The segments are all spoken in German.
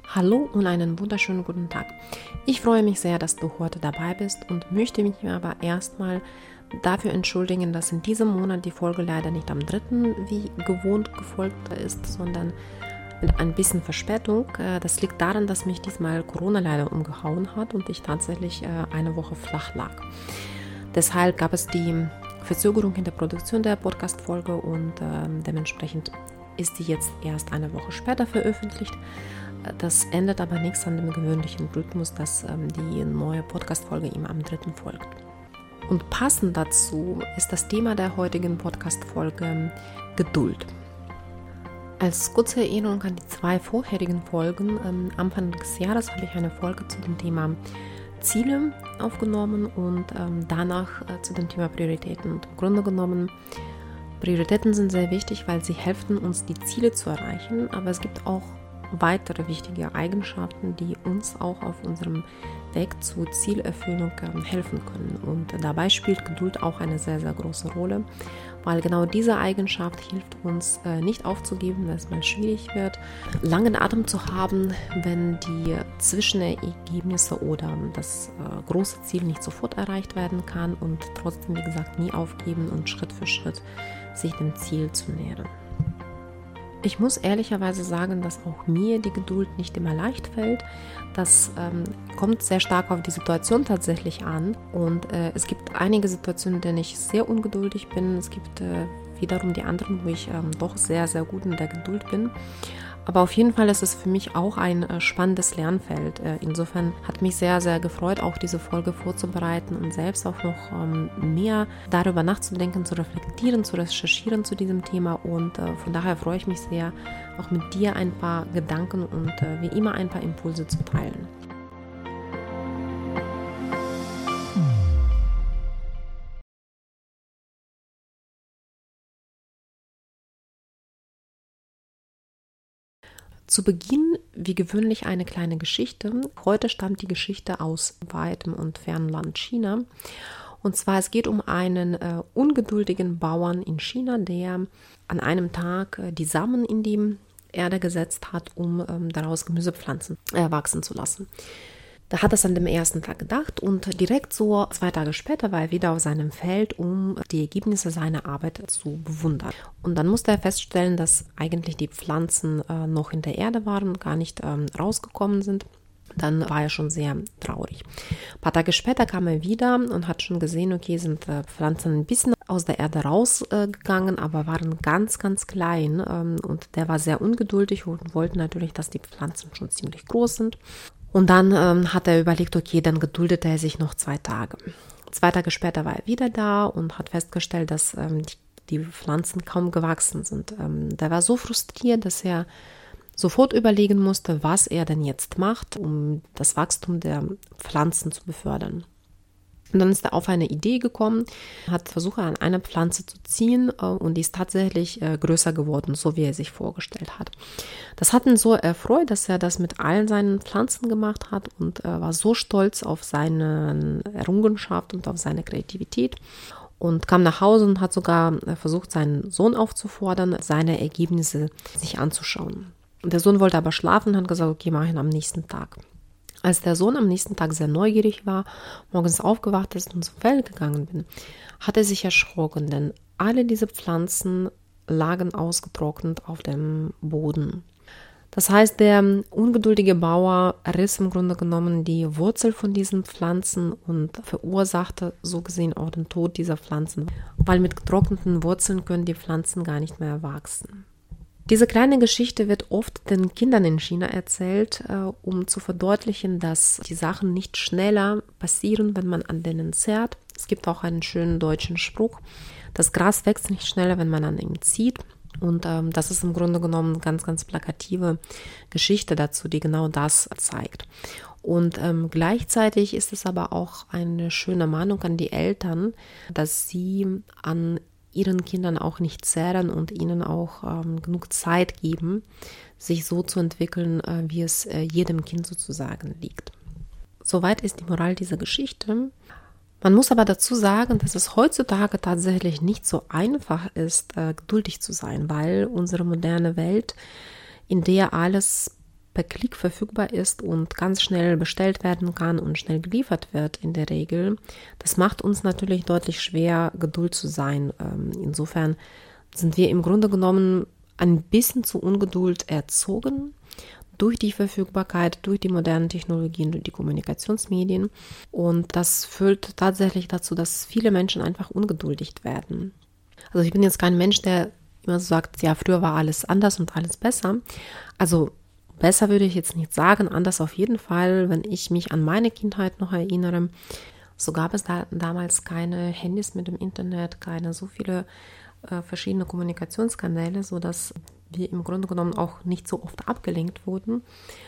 Hallo und einen wunderschönen guten Tag. Ich freue mich sehr, dass du heute dabei bist und möchte mich aber erstmal dafür entschuldigen, dass in diesem Monat die Folge leider nicht am 3. wie gewohnt gefolgt ist, sondern mit ein bisschen Verspätung. Das liegt daran, dass mich diesmal Corona leider umgehauen hat und ich tatsächlich eine Woche flach lag. Deshalb gab es die Verzögerung in der Produktion der Podcast-Folge und dementsprechend ist sie jetzt erst eine Woche später veröffentlicht. Das ändert aber nichts an dem gewöhnlichen Rhythmus, dass die neue Podcast-Folge immer am 3. folgt. Und passend dazu ist das Thema der heutigen Podcast-Folge Geduld. Als kurze Erinnerung an die 2 vorherigen Folgen, Anfang des Jahres habe ich eine Folge zu dem Thema Ziele aufgenommen und danach zu dem Thema Prioritäten. Und im Grunde genommen, Prioritäten sind sehr wichtig, weil sie helfen uns, die Ziele zu erreichen, aber es gibt auch weitere wichtige Eigenschaften, die uns auch auf unserem Weg zur Zielerfüllung helfen können. Und dabei spielt Geduld auch eine sehr, sehr große Rolle, weil genau diese Eigenschaft hilft uns, nicht aufzugeben, wenn es mal schwierig wird, langen Atem zu haben, wenn die Zwischenergebnisse oder das große Ziel nicht sofort erreicht werden kann und trotzdem, wie gesagt, nie aufgeben und Schritt für Schritt sich dem Ziel zu nähern. Ich muss ehrlicherweise sagen, dass auch mir die Geduld nicht immer leicht fällt. Das kommt sehr stark auf die Situation tatsächlich an. Und es gibt einige Situationen, in denen ich sehr ungeduldig bin. Es gibt wiederum die anderen, wo ich doch sehr, sehr gut in der Geduld bin. Aber auf jeden Fall ist es für mich auch ein spannendes Lernfeld. Insofern hat mich sehr, sehr gefreut, auch diese Folge vorzubereiten und selbst auch noch mehr darüber nachzudenken, zu reflektieren, zu recherchieren zu diesem Thema. Und von daher freue ich mich sehr, auch mit dir ein paar Gedanken und wie immer ein paar Impulse zu teilen. Zu Beginn, wie gewöhnlich, eine kleine Geschichte. Heute stammt die Geschichte aus weitem und fernen Land China. Und zwar, es geht um einen ungeduldigen Bauern in China, der an einem Tag die Samen in die Erde gesetzt hat, um daraus Gemüsepflanzen wachsen zu lassen. Da hat er es an dem ersten Tag gedacht und direkt so 2 Tage später war er wieder auf seinem Feld, um die Ergebnisse seiner Arbeit zu bewundern. Und dann musste er feststellen, dass eigentlich die Pflanzen noch in der Erde waren und gar nicht rausgekommen sind. Dann war er schon sehr traurig. Ein paar Tage später kam er wieder und hat schon gesehen, okay, sind Pflanzen ein bisschen aus der Erde rausgegangen, aber waren ganz, ganz klein. Und der war sehr ungeduldig und wollte natürlich, dass die Pflanzen schon ziemlich groß sind. Und dann hat er überlegt, okay, dann geduldete er sich noch 2 Tage. 2 Tage später war er wieder da und hat festgestellt, dass die Pflanzen kaum gewachsen sind. Der war so frustriert, dass er sofort überlegen musste, was er denn jetzt macht, um das Wachstum der Pflanzen zu befördern. Und dann ist er auf eine Idee gekommen, hat versucht, an einer Pflanze zu ziehen und die ist tatsächlich größer geworden, so wie er sich vorgestellt hat. Das hat ihn so erfreut, dass er das mit allen seinen Pflanzen gemacht hat und war so stolz auf seine Errungenschaft und auf seine Kreativität und kam nach Hause und hat sogar versucht, seinen Sohn aufzufordern, seine Ergebnisse sich anzuschauen. Und der Sohn wollte aber schlafen und hat gesagt, okay, mach ihn am nächsten Tag. Als der Sohn am nächsten Tag sehr neugierig war, morgens aufgewacht ist und zum Feld gegangen bin, hat er sich erschrocken, denn alle diese Pflanzen lagen ausgetrocknet auf dem Boden. Das heißt, der ungeduldige Bauer riss im Grunde genommen die Wurzel von diesen Pflanzen und verursachte so gesehen auch den Tod dieser Pflanzen, weil mit getrockneten Wurzeln können die Pflanzen gar nicht mehr wachsen. Diese kleine Geschichte wird oft den Kindern in China erzählt, um zu verdeutlichen, dass die Sachen nicht schneller passieren, wenn man an denen zerrt. Es gibt auch einen schönen deutschen Spruch: Das Gras wächst nicht schneller, wenn man an ihm zieht. Und das ist im Grunde genommen eine ganz, ganz plakative Geschichte dazu, die genau das zeigt. Und gleichzeitig ist es aber auch eine schöne Mahnung an die Eltern, dass sie an ihren Kindern auch nicht zehren und ihnen auch genug Zeit geben, sich so zu entwickeln, wie es jedem Kind sozusagen liegt. Soweit ist die Moral dieser Geschichte. Man muss aber dazu sagen, dass es heutzutage tatsächlich nicht so einfach ist, geduldig zu sein, weil unsere moderne Welt, in der alles per Klick verfügbar ist und ganz schnell bestellt werden kann und schnell geliefert wird in der Regel, das macht uns natürlich deutlich schwer, Geduld zu sein. Insofern sind wir im Grunde genommen ein bisschen zu Ungeduld erzogen durch die Verfügbarkeit, durch die modernen Technologien, durch die Kommunikationsmedien. Und das führt tatsächlich dazu, dass viele Menschen einfach ungeduldig werden. Also ich bin jetzt kein Mensch, der immer so sagt, ja, früher war alles anders und alles besser. Also besser würde ich jetzt nicht sagen, anders auf jeden Fall. Wenn ich mich an meine Kindheit noch erinnere, so gab es damals keine Handys mit dem Internet, keine so viele verschiedene Kommunikationskanäle, sodass wir im Grunde genommen auch nicht so oft abgelenkt wurden.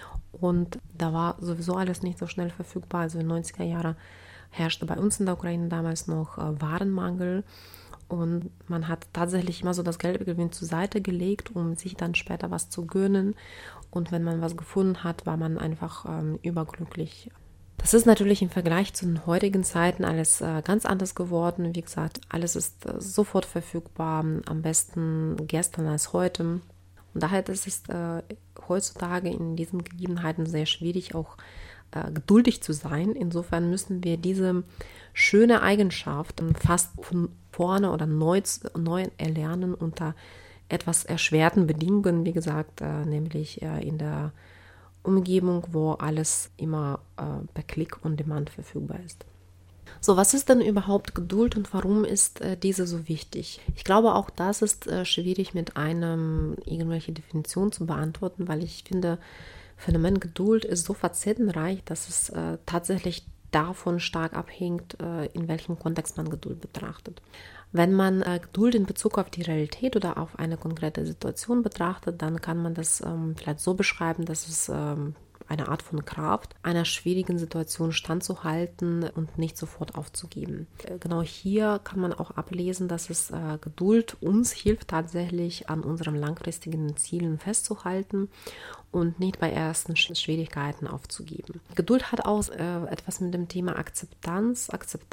Und da war sowieso alles nicht so schnell verfügbar. Also in den 90er Jahren herrschte bei uns in der Ukraine damals noch Warenmangel. Und man hat tatsächlich immer so das gelbe Gewinn zur Seite gelegt, um sich dann später was zu gönnen. Und wenn man was gefunden hat, war man einfach überglücklich. Das ist natürlich im Vergleich zu den heutigen Zeiten alles ganz anders geworden. Wie gesagt, alles ist sofort verfügbar, am besten gestern als heute. Und daher ist es heutzutage in diesen Gegebenheiten sehr schwierig, auch geduldig zu sein. Insofern müssen wir diese schöne Eigenschaft fast von vorne oder neu erlernen unter etwas erschwerten Bedingungen, wie gesagt, nämlich in der Umgebung, wo alles immer per Klick on Demand verfügbar ist. So, was ist denn überhaupt Geduld und warum ist diese so wichtig? Ich glaube, auch das ist schwierig mit einem irgendwelche Definition zu beantworten, weil ich finde, Phänomen Geduld ist so facettenreich, dass es tatsächlich davon stark abhängt, in welchem Kontext man Geduld betrachtet. Wenn man Geduld in Bezug auf die Realität oder auf eine konkrete Situation betrachtet, dann kann man das vielleicht so beschreiben, dass es eine Art von Kraft, einer schwierigen Situation standzuhalten und nicht sofort aufzugeben. Genau hier kann man auch ablesen, dass es Geduld uns hilft, tatsächlich an unseren langfristigen Zielen festzuhalten und nicht bei ersten Schwierigkeiten aufzugeben. Geduld hat auch etwas mit dem Thema Akzeptanz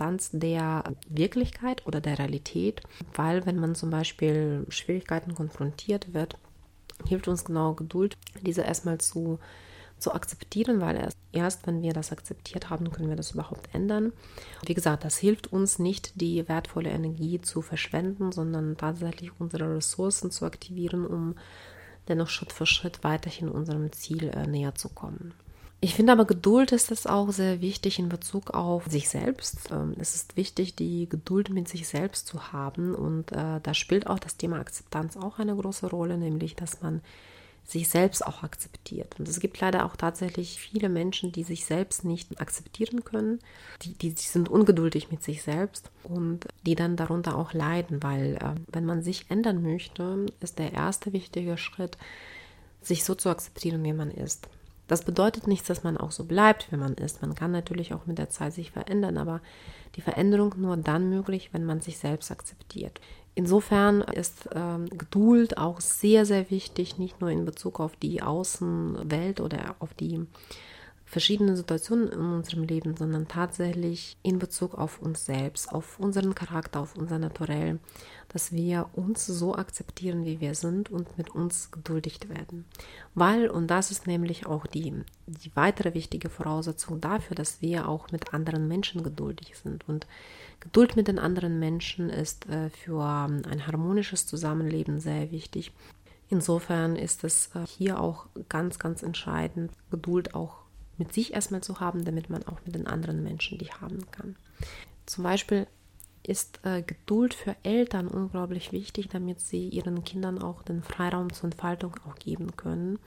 der Wirklichkeit oder der Realität, weil wenn man zum Beispiel Schwierigkeiten konfrontiert wird, hilft uns genau Geduld, diese erstmal zu akzeptieren, weil erst wenn wir das akzeptiert haben, können wir das überhaupt ändern. Wie gesagt, das hilft uns nicht, die wertvolle Energie zu verschwenden, sondern tatsächlich unsere Ressourcen zu aktivieren, um dennoch Schritt für Schritt weiterhin unserem Ziel näher zu kommen. Ich finde aber, Geduld ist es auch sehr wichtig in Bezug auf sich selbst. Es ist wichtig, die Geduld mit sich selbst zu haben und da spielt auch das Thema Akzeptanz auch eine große Rolle, nämlich, dass man sich selbst auch akzeptiert. Und es gibt leider auch tatsächlich viele Menschen, die sich selbst nicht akzeptieren können. Die sind ungeduldig mit sich selbst und die dann darunter auch leiden, weil wenn man sich ändern möchte, ist der erste wichtige Schritt, sich so zu akzeptieren, wie man ist. Das bedeutet nicht, dass man auch so bleibt, wie man ist. Man kann natürlich auch mit der Zeit sich verändern, aber die Veränderung nur dann möglich, wenn man sich selbst akzeptiert. Insofern ist Geduld auch sehr, sehr wichtig, nicht nur in Bezug auf die Außenwelt oder auf die verschiedenen Situationen in unserem Leben, sondern tatsächlich in Bezug auf uns selbst, auf unseren Charakter, auf unser Naturell, dass wir uns so akzeptieren, wie wir sind und mit uns geduldig werden. Weil, und das ist nämlich auch die weitere wichtige Voraussetzung dafür, dass wir auch mit anderen Menschen geduldig sind. Und Geduld mit den anderen Menschen ist für ein harmonisches Zusammenleben sehr wichtig. Insofern ist es hier auch ganz, ganz entscheidend, Geduld auch mit sich erstmal zu haben, damit man auch mit den anderen Menschen die haben kann. Zum Beispiel ist Geduld für Eltern unglaublich wichtig, damit sie ihren Kindern auch den Freiraum zur Entfaltung auch geben können.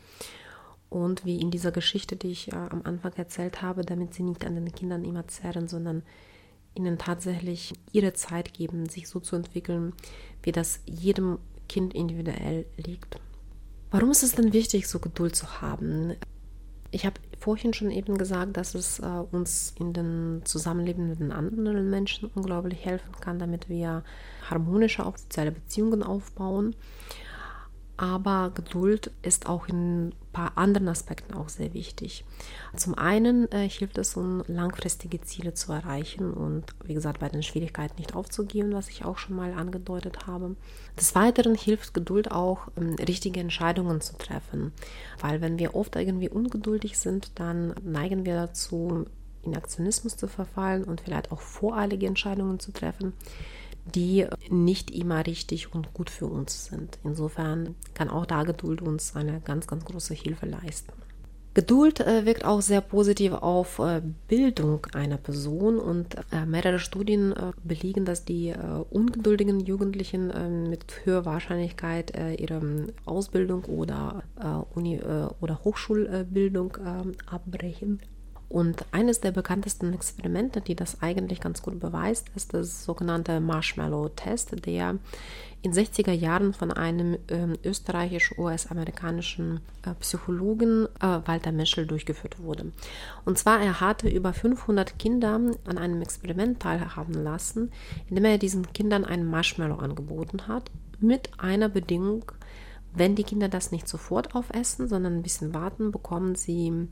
Und wie in dieser Geschichte, die ich am Anfang erzählt habe, damit sie nicht an den Kindern immer zerren, sondern ihnen tatsächlich ihre Zeit geben, sich so zu entwickeln, wie das jedem Kind individuell liegt. Warum ist es denn wichtig, so Geduld zu haben? Ich habe vorhin schon eben gesagt, dass es uns in den Zusammenleben mit den anderen Menschen unglaublich helfen kann, damit wir harmonische soziale Beziehungen aufbauen. Aber Geduld ist auch in ein paar anderen Aspekten auch sehr wichtig. Zum einen hilft es, um langfristige Ziele zu erreichen und wie gesagt, bei den Schwierigkeiten nicht aufzugeben, was ich auch schon mal angedeutet habe. Des Weiteren hilft Geduld auch, richtige Entscheidungen zu treffen, weil wenn wir oft irgendwie ungeduldig sind, dann neigen wir dazu, in Aktionismus zu verfallen und vielleicht auch voreilige Entscheidungen zu treffen, die nicht immer richtig und gut für uns sind. Insofern kann auch da Geduld uns eine ganz, ganz große Hilfe leisten. Geduld wirkt auch sehr positiv auf Bildung einer Person und mehrere Studien belegen, dass die ungeduldigen Jugendlichen mit höherer Wahrscheinlichkeit ihre Ausbildung oder Uni- oder Hochschulbildung abbrechen. Und eines der bekanntesten Experimente, die das eigentlich ganz gut beweist, ist das sogenannte Marshmallow-Test, der in 60er Jahren von einem österreichisch-US-amerikanischen Psychologen Walter Mischel durchgeführt wurde. Und zwar, er hatte über 500 Kinder an einem Experiment teilhaben lassen, indem er diesen Kindern einen Marshmallow angeboten hat, mit einer Bedingung: Wenn die Kinder das nicht sofort aufessen, sondern ein bisschen warten, bekommen sie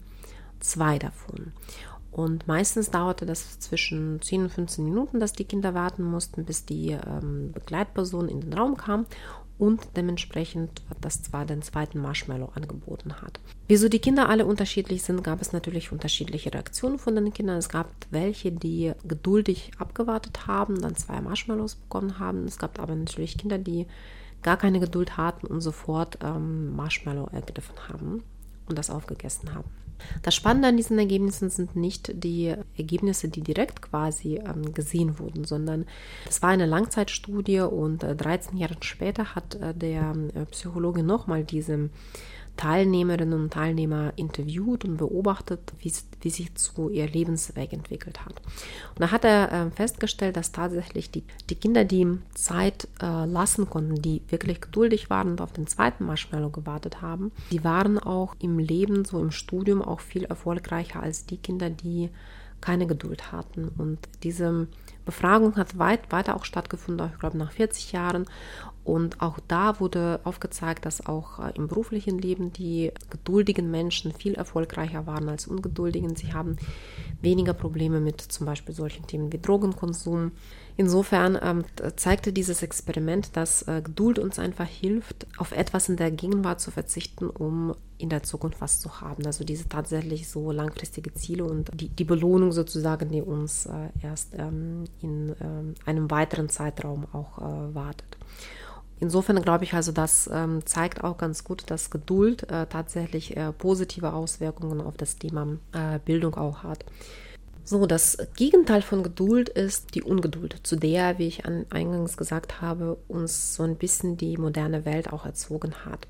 2 davon. Und meistens dauerte das zwischen 10 und 15 Minuten, dass die Kinder warten mussten, bis die Begleitperson in den Raum kam und dementsprechend das zwar den zweiten Marshmallow angeboten hat. Wieso die Kinder alle unterschiedlich sind, gab es natürlich unterschiedliche Reaktionen von den Kindern. Es gab welche, die geduldig abgewartet haben, dann 2 Marshmallows bekommen haben. Es gab aber natürlich Kinder, die gar keine Geduld hatten und sofort Marshmallow ergriffen haben und das aufgegessen haben. Das Spannende an diesen Ergebnissen sind nicht die Ergebnisse, die direkt quasi gesehen wurden, sondern es war eine Langzeitstudie und 13 Jahre später hat der Psychologe nochmal diese Teilnehmerinnen und Teilnehmer interviewt und beobachtet, wie sich so ihr Lebensweg entwickelt hat. Und da hat er festgestellt, dass tatsächlich die Kinder, die Zeit lassen konnten, die wirklich geduldig waren und auf den zweiten Marshmallow gewartet haben, die waren auch im Leben, so im Studium, auch viel erfolgreicher als die Kinder, die keine Geduld hatten. Und diese Befragung hat weiter auch stattgefunden, ich glaube nach 40 Jahren. Und auch da wurde aufgezeigt, dass auch im beruflichen Leben die geduldigen Menschen viel erfolgreicher waren als ungeduldigen. Sie haben weniger Probleme mit zum Beispiel solchen Themen wie Drogenkonsum. Insofern zeigte dieses Experiment, dass Geduld uns einfach hilft, auf etwas in der Gegenwart zu verzichten, um in der Zukunft was zu haben. Also diese tatsächlich so langfristige Ziele und die Belohnung sozusagen, die uns erst in einem weiteren Zeitraum auch wartet. Insofern glaube ich also, das zeigt auch ganz gut, dass Geduld tatsächlich positive Auswirkungen auf das Thema Bildung auch hat. So, das Gegenteil von Geduld ist die Ungeduld, zu der, wie ich eingangs gesagt habe, uns so ein bisschen die moderne Welt auch erzogen hat.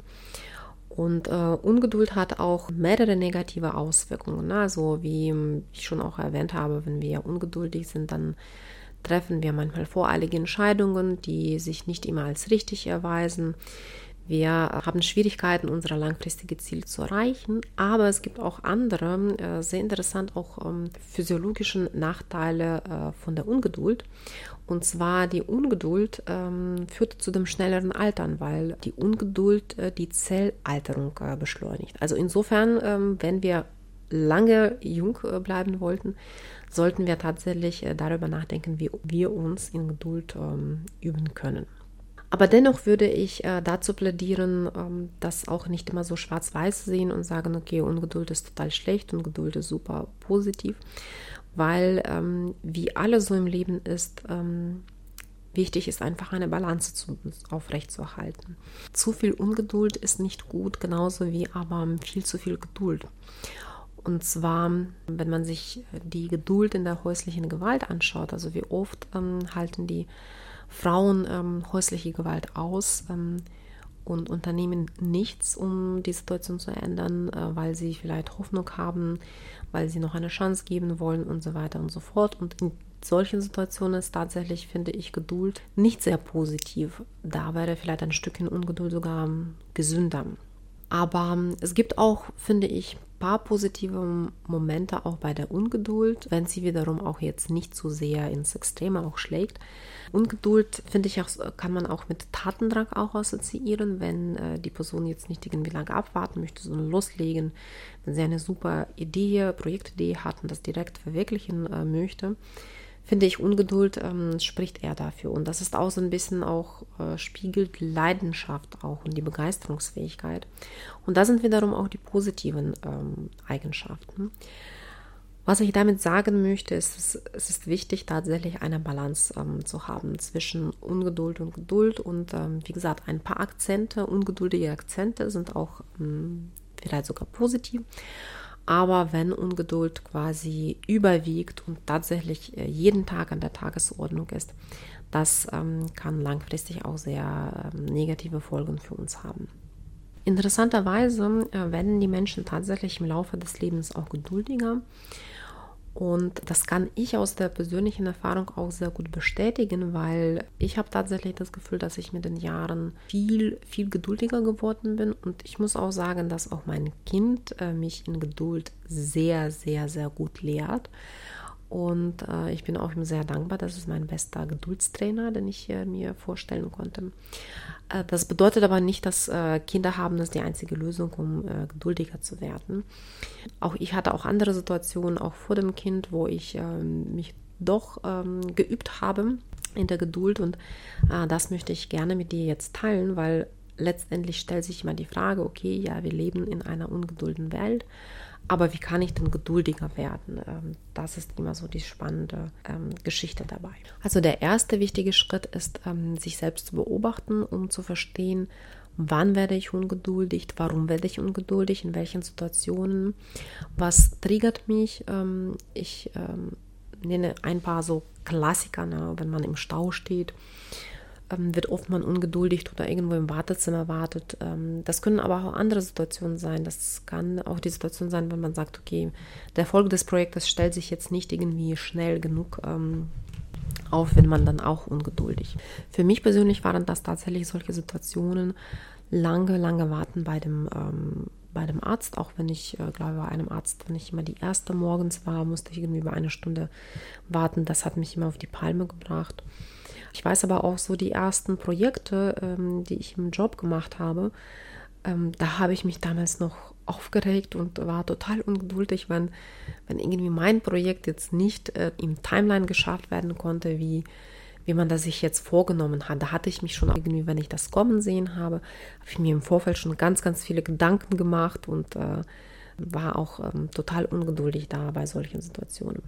Und Ungeduld hat auch mehrere negative Auswirkungen. Also wie ich schon auch erwähnt habe, wenn wir ungeduldig sind, dann treffen wir manchmal voreilige Entscheidungen, die sich nicht immer als richtig erweisen. Wir haben Schwierigkeiten, unsere langfristige Ziele zu erreichen, aber es gibt auch andere, sehr interessant, auch physiologischen Nachteile von der Ungeduld. Und zwar die Ungeduld führt zu dem schnelleren Altern, weil die Ungeduld die Zellalterung beschleunigt. Also insofern, wenn wir lange jung bleiben wollten, sollten wir tatsächlich darüber nachdenken, wie wir uns in Geduld üben können. Aber dennoch würde ich dazu plädieren, das auch nicht immer so schwarz-weiß sehen und sagen, okay, Ungeduld ist total schlecht und Geduld ist super positiv, weil wie alles so im Leben ist, wichtig ist einfach eine Balance aufrechtzuerhalten. Zu viel Ungeduld ist nicht gut, genauso wie aber viel zu viel Geduld. Und zwar, wenn man sich die Geduld in der häuslichen Gewalt anschaut, also wie oft halten die Frauen häusliche Gewalt aus und unternehmen nichts, um die Situation zu ändern, weil sie vielleicht Hoffnung haben, weil sie noch eine Chance geben wollen und so weiter und so fort. Und in solchen Situationen ist tatsächlich, finde ich, Geduld nicht sehr positiv. Da wäre vielleicht ein Stückchen Ungeduld sogar gesünder. Aber es gibt auch, finde ich, paar positive Momente auch bei der Ungeduld, wenn sie wiederum auch jetzt nicht so sehr ins Extreme auch schlägt. Ungeduld, finde ich, auch, kann man auch mit Tatendrang auch assoziieren, wenn die Person jetzt nicht irgendwie lange abwarten möchte, sondern loslegen, wenn sie eine super Idee, Projektidee hat und das direkt verwirklichen möchte. Finde ich, Ungeduld spricht eher dafür. Und das ist auch so ein bisschen auch, spiegelt Leidenschaft auch und die Begeisterungsfähigkeit. Und da sind wiederum auch die positiven Eigenschaften. Was ich damit sagen möchte, ist, es ist wichtig, tatsächlich eine Balance zu haben zwischen Ungeduld und Geduld. Und wie gesagt, ein paar Akzente, ungeduldige Akzente sind auch vielleicht sogar positiv. Aber wenn Ungeduld quasi überwiegt und tatsächlich jeden Tag an der Tagesordnung ist, das kann langfristig auch sehr negative Folgen für uns haben. Interessanterweise werden die Menschen tatsächlich im Laufe des Lebens auch geduldiger. Und das kann ich aus der persönlichen Erfahrung auch sehr gut bestätigen, weil ich habe tatsächlich das Gefühl, dass ich mit den Jahren viel geduldiger geworden bin. Und ich muss auch sagen, dass auch mein Kind mich in Geduld sehr, sehr, sehr gut lehrt. Und ich bin auch ihm sehr dankbar. Das ist mein bester Geduldstrainer, den ich mir vorstellen konnte. Das bedeutet aber nicht, dass Kinder haben, das ist die einzige Lösung, um geduldiger zu werden. Auch ich hatte auch andere Situationen, auch vor dem Kind, wo ich mich doch geübt habe in der Geduld. Und das möchte ich gerne mit dir jetzt teilen, weil letztendlich stellt sich immer die Frage, okay, ja, wir leben in einer ungeduldigen Welt. Aber wie kann ich denn geduldiger werden? Das ist immer so die spannende Geschichte dabei. Also der erste wichtige Schritt ist, sich selbst zu beobachten, um zu verstehen, wann werde ich ungeduldig, warum werde ich ungeduldig, in welchen Situationen, was triggert mich. Ich nenne ein paar so Klassiker, wenn man im Stau steht, wird oft man ungeduldig oder irgendwo im Wartezimmer wartet. Das können aber auch andere Situationen sein. Das kann auch die Situation sein, wenn man sagt, okay, der Erfolg des Projektes stellt sich jetzt nicht irgendwie schnell genug auf, wenn man dann auch ungeduldig. Für mich persönlich waren das tatsächlich solche Situationen, lange warten bei dem Arzt, auch wenn ich glaube, bei einem Arzt, wenn ich immer die erste morgens war, musste ich irgendwie über eine Stunde warten. Das hat mich immer auf die Palme gebracht. Ich weiß aber auch so, die ersten Projekte, die ich im Job gemacht habe, da habe ich mich damals noch aufgeregt und war total ungeduldig, wenn irgendwie mein Projekt jetzt nicht im Timeline geschafft werden konnte, wie man das sich jetzt vorgenommen hat. Da hatte ich mich schon irgendwie, wenn ich das kommen sehen habe ich mir im Vorfeld schon ganz viele Gedanken gemacht und war auch total ungeduldig da bei solchen Situationen.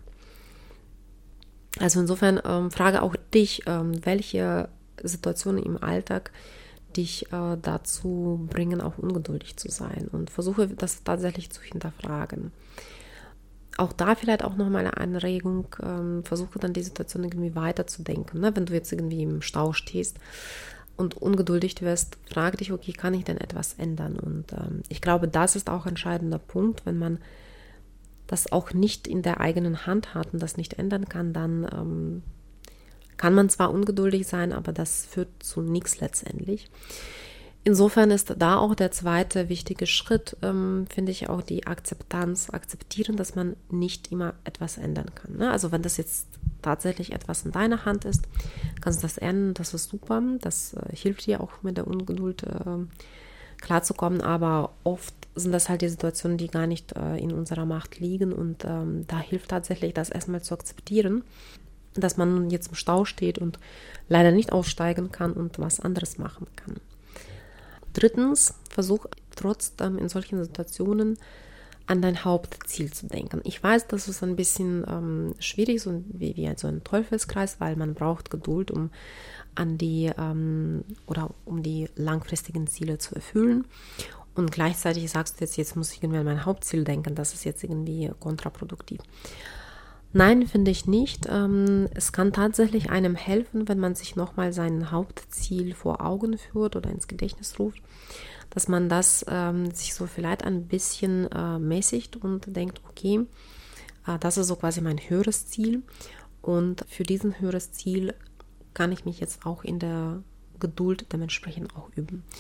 Also insofern frage auch dich, welche Situationen im Alltag dich dazu bringen, auch ungeduldig zu sein, und versuche das tatsächlich zu hinterfragen. Auch da vielleicht auch nochmal eine Anregung, versuche dann die Situation irgendwie weiterzudenken. Ne? Wenn du jetzt irgendwie im Stau stehst und ungeduldig wirst, frage dich, okay, kann ich denn etwas ändern? Und ich glaube, das ist auch ein entscheidender Punkt, wenn man das auch nicht in der eigenen Hand hat und das nicht ändern kann, dann kann man zwar ungeduldig sein, aber das führt zu nichts letztendlich. Insofern ist da auch der zweite wichtige Schritt, finde ich, auch die Akzeptanz, akzeptieren, dass man nicht immer etwas ändern kann. Ne? Also wenn das jetzt tatsächlich etwas in deiner Hand ist, kannst du das ändern, das ist super, das hilft dir auch mit der Ungeduld klarzukommen, aber oft sind das halt die Situationen, die gar nicht in unserer Macht liegen, und da hilft tatsächlich, das erstmal zu akzeptieren, dass man jetzt im Stau steht und leider nicht aussteigen kann und was anderes machen kann. Drittens, versuch trotzdem in solchen Situationen an dein Hauptziel zu denken. Ich weiß, das ist ein bisschen schwierig, so wie so ein Teufelskreis, weil man braucht Geduld, um die langfristigen Ziele zu erfüllen. Und gleichzeitig sagst du jetzt muss ich irgendwie an mein Hauptziel denken, das ist jetzt irgendwie kontraproduktiv. Nein, finde ich nicht. Es kann tatsächlich einem helfen, wenn man sich nochmal sein Hauptziel vor Augen führt oder ins Gedächtnis ruft, dass man das sich so vielleicht ein bisschen mäßigt und denkt, okay, das ist so quasi mein höheres Ziel, und für diesen höheres Ziel kann ich mich jetzt auch in der Geduld dementsprechend auch üben.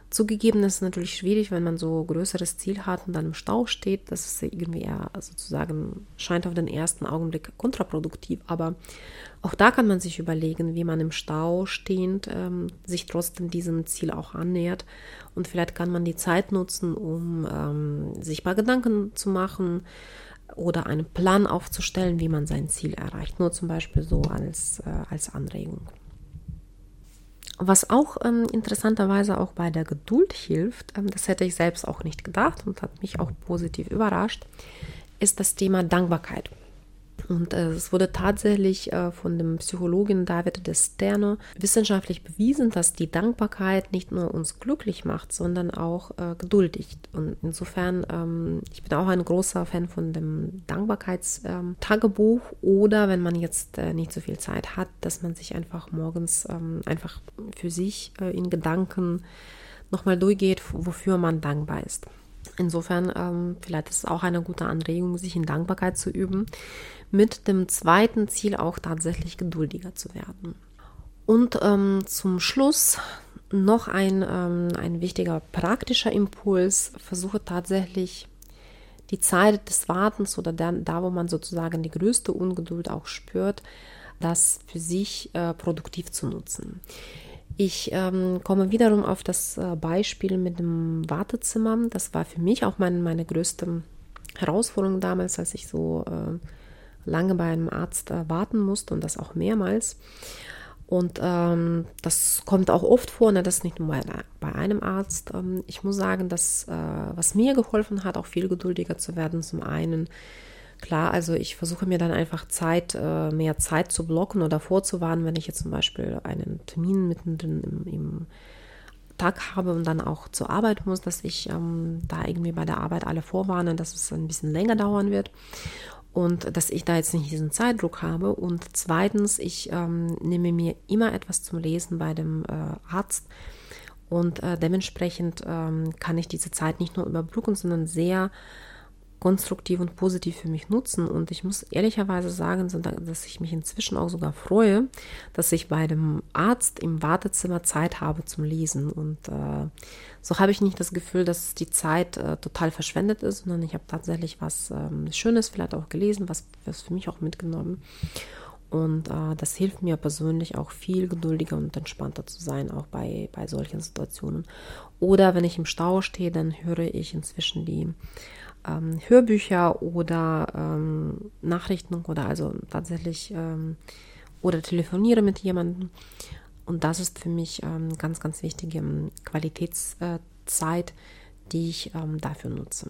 Zugegeben ist es natürlich schwierig, wenn man so ein größeres Ziel hat und dann im Stau steht. Das ist irgendwie eher sozusagen, scheint auf den ersten Augenblick kontraproduktiv. Aber auch da kann man sich überlegen, wie man im Stau stehend sich trotzdem diesem Ziel auch annähert. Und vielleicht kann man die Zeit nutzen, um sich mal Gedanken zu machen oder einen Plan aufzustellen, wie man sein Ziel erreicht. Nur zum Beispiel so als Anregung. Was auch interessanterweise auch bei der Geduld hilft, das hätte ich selbst auch nicht gedacht und hat mich auch positiv überrascht, ist das Thema Dankbarkeit. Und es wurde tatsächlich von dem Psychologen David DeSteno wissenschaftlich bewiesen, dass die Dankbarkeit nicht nur uns glücklich macht, sondern auch geduldig. Und insofern, ich bin auch ein großer Fan von dem Dankbarkeitstagebuch oder wenn man jetzt nicht so viel Zeit hat, dass man sich einfach morgens einfach für sich in Gedanken nochmal durchgeht, wofür man dankbar ist. Insofern, vielleicht ist es auch eine gute Anregung, sich in Dankbarkeit zu üben, mit dem zweiten Ziel auch tatsächlich geduldiger zu werden. Und zum Schluss noch ein wichtiger praktischer Impuls: Versuche tatsächlich die Zeit des Wartens oder da, wo man sozusagen die größte Ungeduld auch spürt, das für sich produktiv zu nutzen. Ich komme wiederum auf das Beispiel mit dem Wartezimmer. Das war für mich auch meine größte Herausforderung damals, als ich so lange bei einem Arzt warten musste und das auch mehrmals. Und das kommt auch oft vor, ne? Das ist nicht nur bei einem Arzt. Ich muss sagen, dass was mir geholfen hat, auch viel geduldiger zu werden, zum einen, klar, also ich versuche mir dann einfach mehr Zeit zu blocken oder vorzuwarnen, wenn ich jetzt zum Beispiel einen Termin mittendrin im Tag habe und dann auch zur Arbeit muss, dass ich da irgendwie bei der Arbeit alle vorwarne, dass es ein bisschen länger dauern wird und dass ich da jetzt nicht diesen Zeitdruck habe. Und zweitens, ich nehme mir immer etwas zum Lesen bei dem Arzt und dementsprechend kann ich diese Zeit nicht nur überbrücken, sondern sehr konstruktiv und positiv für mich nutzen. Und ich muss ehrlicherweise sagen, dass ich mich inzwischen auch sogar freue, dass ich bei dem Arzt im Wartezimmer Zeit habe zum Lesen. Und so habe ich nicht das Gefühl, dass die Zeit total verschwendet ist, sondern ich habe tatsächlich was Schönes vielleicht auch gelesen, was für mich auch mitgenommen. Und das hilft mir persönlich auch viel geduldiger und entspannter zu sein, auch bei solchen Situationen. Oder wenn ich im Stau stehe, dann höre ich inzwischen die Hörbücher oder Nachrichten oder also tatsächlich oder telefoniere mit jemandem. Und das ist für mich ganz, ganz wichtige Qualitätszeit, die ich dafür nutze.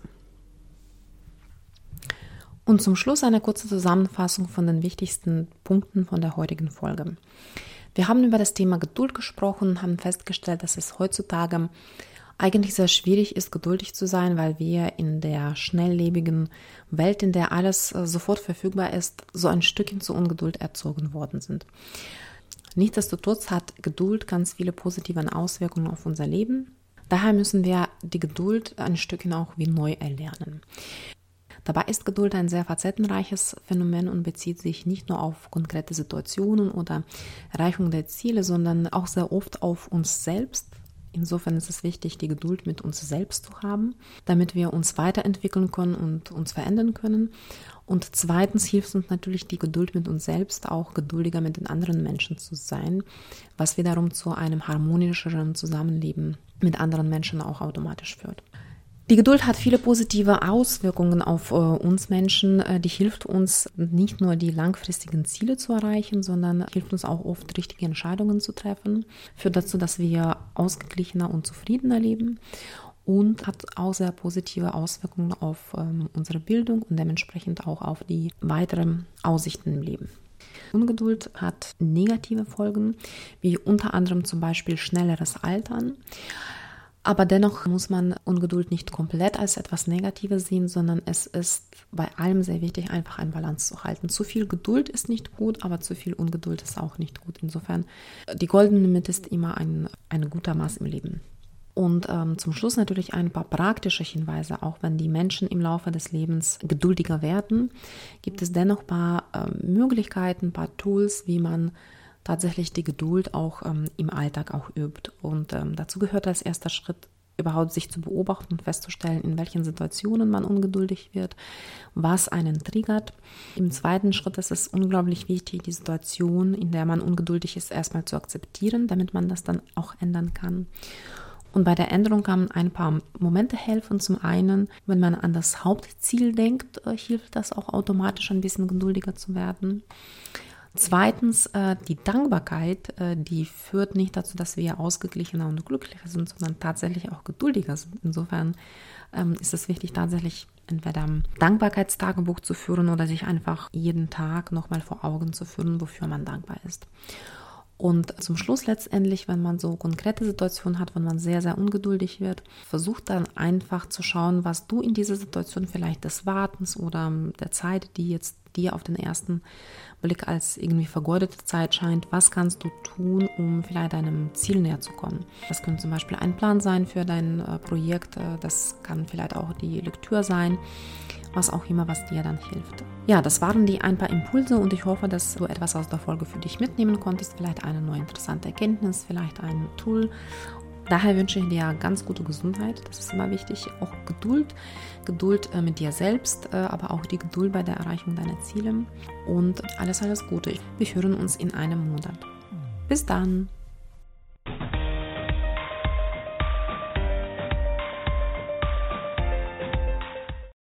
Und zum Schluss eine kurze Zusammenfassung von den wichtigsten Punkten von der heutigen Folge. Wir haben über das Thema Geduld gesprochen und haben festgestellt, dass es heutzutage eigentlich sehr schwierig ist, geduldig zu sein, weil wir in der schnelllebigen Welt, in der alles sofort verfügbar ist, so ein Stückchen zur Ungeduld erzogen worden sind. Nichtsdestotrotz hat Geduld ganz viele positive Auswirkungen auf unser Leben. Daher müssen wir die Geduld ein Stückchen auch wie neu erlernen. Dabei ist Geduld ein sehr facettenreiches Phänomen und bezieht sich nicht nur auf konkrete Situationen oder Erreichung der Ziele, sondern auch sehr oft auf uns selbst. Insofern ist es wichtig, die Geduld mit uns selbst zu haben, damit wir uns weiterentwickeln können und uns verändern können. Und zweitens hilft uns natürlich die Geduld mit uns selbst, auch geduldiger mit den anderen Menschen zu sein, was wiederum zu einem harmonischeren Zusammenleben mit anderen Menschen auch automatisch führt. Die Geduld hat viele positive Auswirkungen auf uns Menschen. Die hilft uns nicht nur, die langfristigen Ziele zu erreichen, sondern hilft uns auch oft, richtige Entscheidungen zu treffen. Führt dazu, dass wir ausgeglichener und zufriedener leben und hat auch sehr positive Auswirkungen auf unsere Bildung und dementsprechend auch auf die weiteren Aussichten im Leben. Ungeduld hat negative Folgen, wie unter anderem zum Beispiel schnelleres Altern. Aber dennoch muss man Ungeduld nicht komplett als etwas Negatives sehen, sondern es ist bei allem sehr wichtig, einfach eine Balance zu halten. Zu viel Geduld ist nicht gut, aber zu viel Ungeduld ist auch nicht gut. Insofern, die goldene Mitte ist immer ein guter Maß im Leben. Und zum Schluss natürlich ein paar praktische Hinweise. Auch wenn die Menschen im Laufe des Lebens geduldiger werden, gibt es dennoch ein paar Möglichkeiten, ein paar Tools, wie man tatsächlich die Geduld auch im Alltag auch übt. Und dazu gehört als erster Schritt überhaupt sich zu beobachten und festzustellen, in welchen Situationen man ungeduldig wird, was einen triggert. Im zweiten Schritt ist es unglaublich wichtig, die Situation, in der man ungeduldig ist, erstmal zu akzeptieren, damit man das dann auch ändern kann. Und bei der Änderung kann ein paar Momente helfen. Zum einen, wenn man an das Hauptziel denkt, hilft das auch automatisch ein bisschen geduldiger zu werden. Zweitens, die Dankbarkeit, die führt nicht dazu, dass wir ausgeglichener und glücklicher sind, sondern tatsächlich auch geduldiger sind. Insofern ist es wichtig, tatsächlich entweder ein Dankbarkeitstagebuch zu führen oder sich einfach jeden Tag nochmal vor Augen zu führen, wofür man dankbar ist. Und zum Schluss letztendlich, wenn man so konkrete Situationen hat, wenn man sehr, sehr ungeduldig wird, versucht dann einfach zu schauen, was du in dieser Situation vielleicht des Wartens oder der Zeit, die jetzt dir auf den ersten Blick als irgendwie vergeudete Zeit scheint, was kannst du tun, um vielleicht deinem Ziel näher zu kommen. Das könnte zum Beispiel ein Plan sein für dein Projekt, das kann vielleicht auch die Lektüre sein, was auch immer, was dir dann hilft. Ja, das waren die ein paar Impulse und ich hoffe, dass du etwas aus der Folge für dich mitnehmen konntest, vielleicht eine neue interessante Erkenntnis, vielleicht ein Tool. Daher wünsche ich dir ganz gute Gesundheit, das ist immer wichtig, auch Geduld mit dir selbst, aber auch die Geduld bei der Erreichung deiner Ziele und alles Gute. Wir hören uns in einem Monat. Bis dann!